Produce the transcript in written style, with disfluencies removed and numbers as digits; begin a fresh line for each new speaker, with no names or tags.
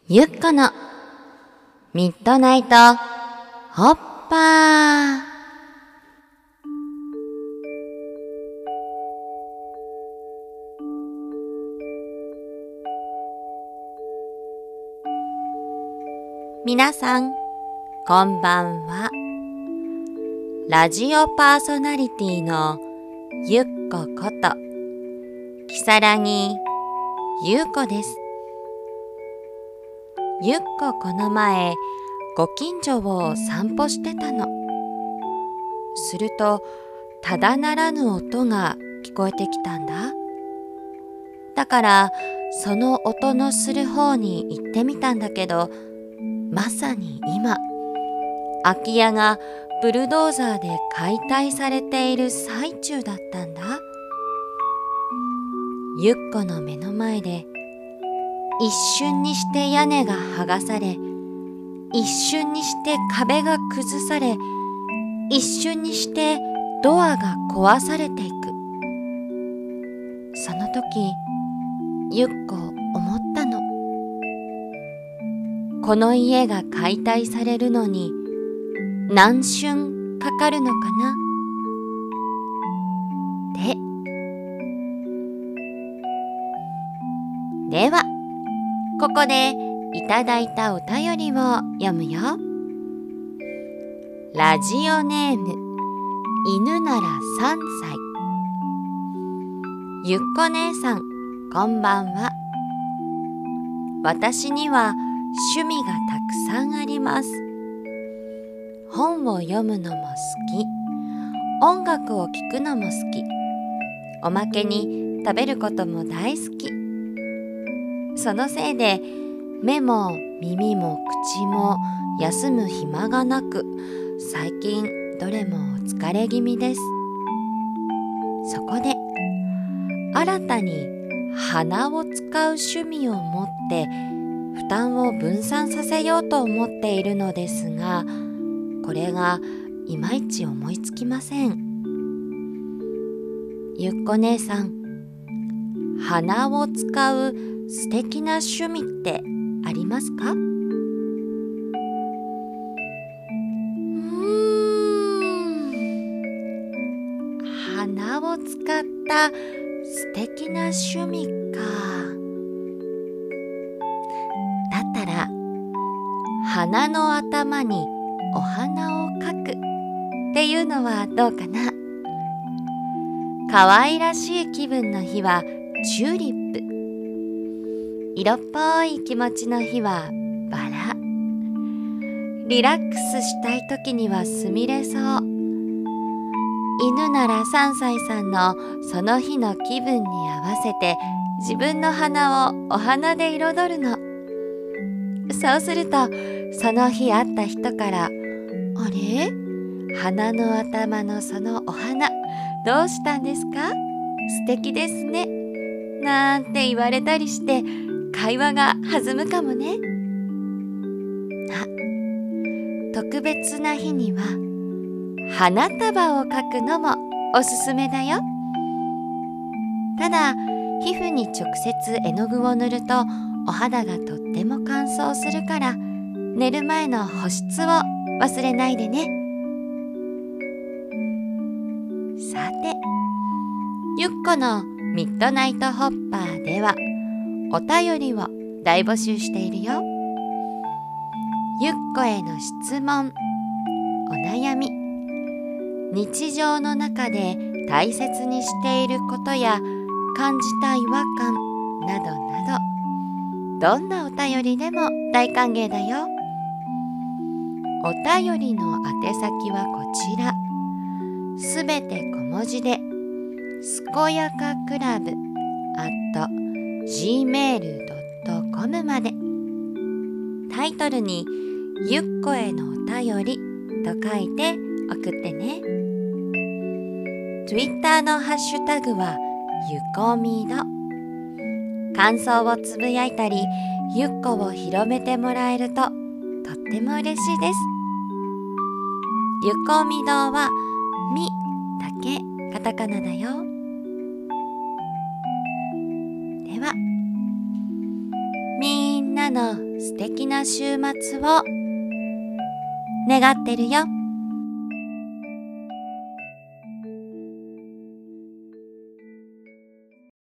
ゆっこのミッドナイトホッパー。皆さんこんばんは。ラジオパーソナリティのゆっここときさらぎゆうこです。ゆっここの前ご近所を散歩してたの。するとただならぬ音が聞こえてきたんだ。だからその音のする方に行ってみたんだけど、まさに今空き家がブルドーザーで解体されている最中だったんだ。ゆっこの目の前で一瞬にして屋根が剥がされ、一瞬にして壁が崩され、一瞬にしてドアが壊されていく。その時ゆっこ思ったの。この家が解体されるのに何瞬かかるのかなって。ではここでいただいたお便りを読むよ。ラジオネーム犬なら3歳。ゆっこ姉さんこんばんは。私には趣味がたくさんあります。本を読むのも好き、音楽を聴くのも好き、おまけに食べることも大好き。そのせいで目も耳も口も休む暇がなく、最近どれもお疲れ気味です。そこで新たに鼻を使う趣味を持って負担を分散させようと思っているのですが、これがいまいち思いつきません。ゆっこ姉さん、鼻を使う素敵な趣味ってありますか？鼻を使った素敵な趣味か。だったら鼻の頭にお花を描くっていうのはどうかな。可愛らしい気分の日はチューリップ、色っぽい気持ちの日はバラ、リラックスしたい時にはスミレソウ。犬なら3歳さんのその日の気分に合わせて自分の花をお花で彩るの。そうするとその日会った人から「あれ？花の頭のそのお花どうしたんですか？素敵ですね」なんて言われたりして会話が弾むかもね。あ、特別な日には花束を描くのもおすすめだよ。ただ皮膚に直接絵の具を塗るとお肌がとっても乾燥するから、寝る前の保湿を忘れないでね。さて、ゆっこのミッドナイトホッパーではお便りを大募集しているよ。ゆっこへの質問、お悩み、日常の中で大切にしていることや感じた違和感などなど、どんなお便りでも大歓迎だよ。お便りの宛先はこちら。すべて小文字で健やかクラブ@gmail.com まで。タイトルにゆっこへのお便りと書いて送ってね。Twitter のハッシュタグはゆこみど。感想をつぶやいたりゆっこを広めてもらえるととっても嬉しいです。ゆこみどはみだけカタカナだよ。ではみんなの素敵な週末を願ってるよ。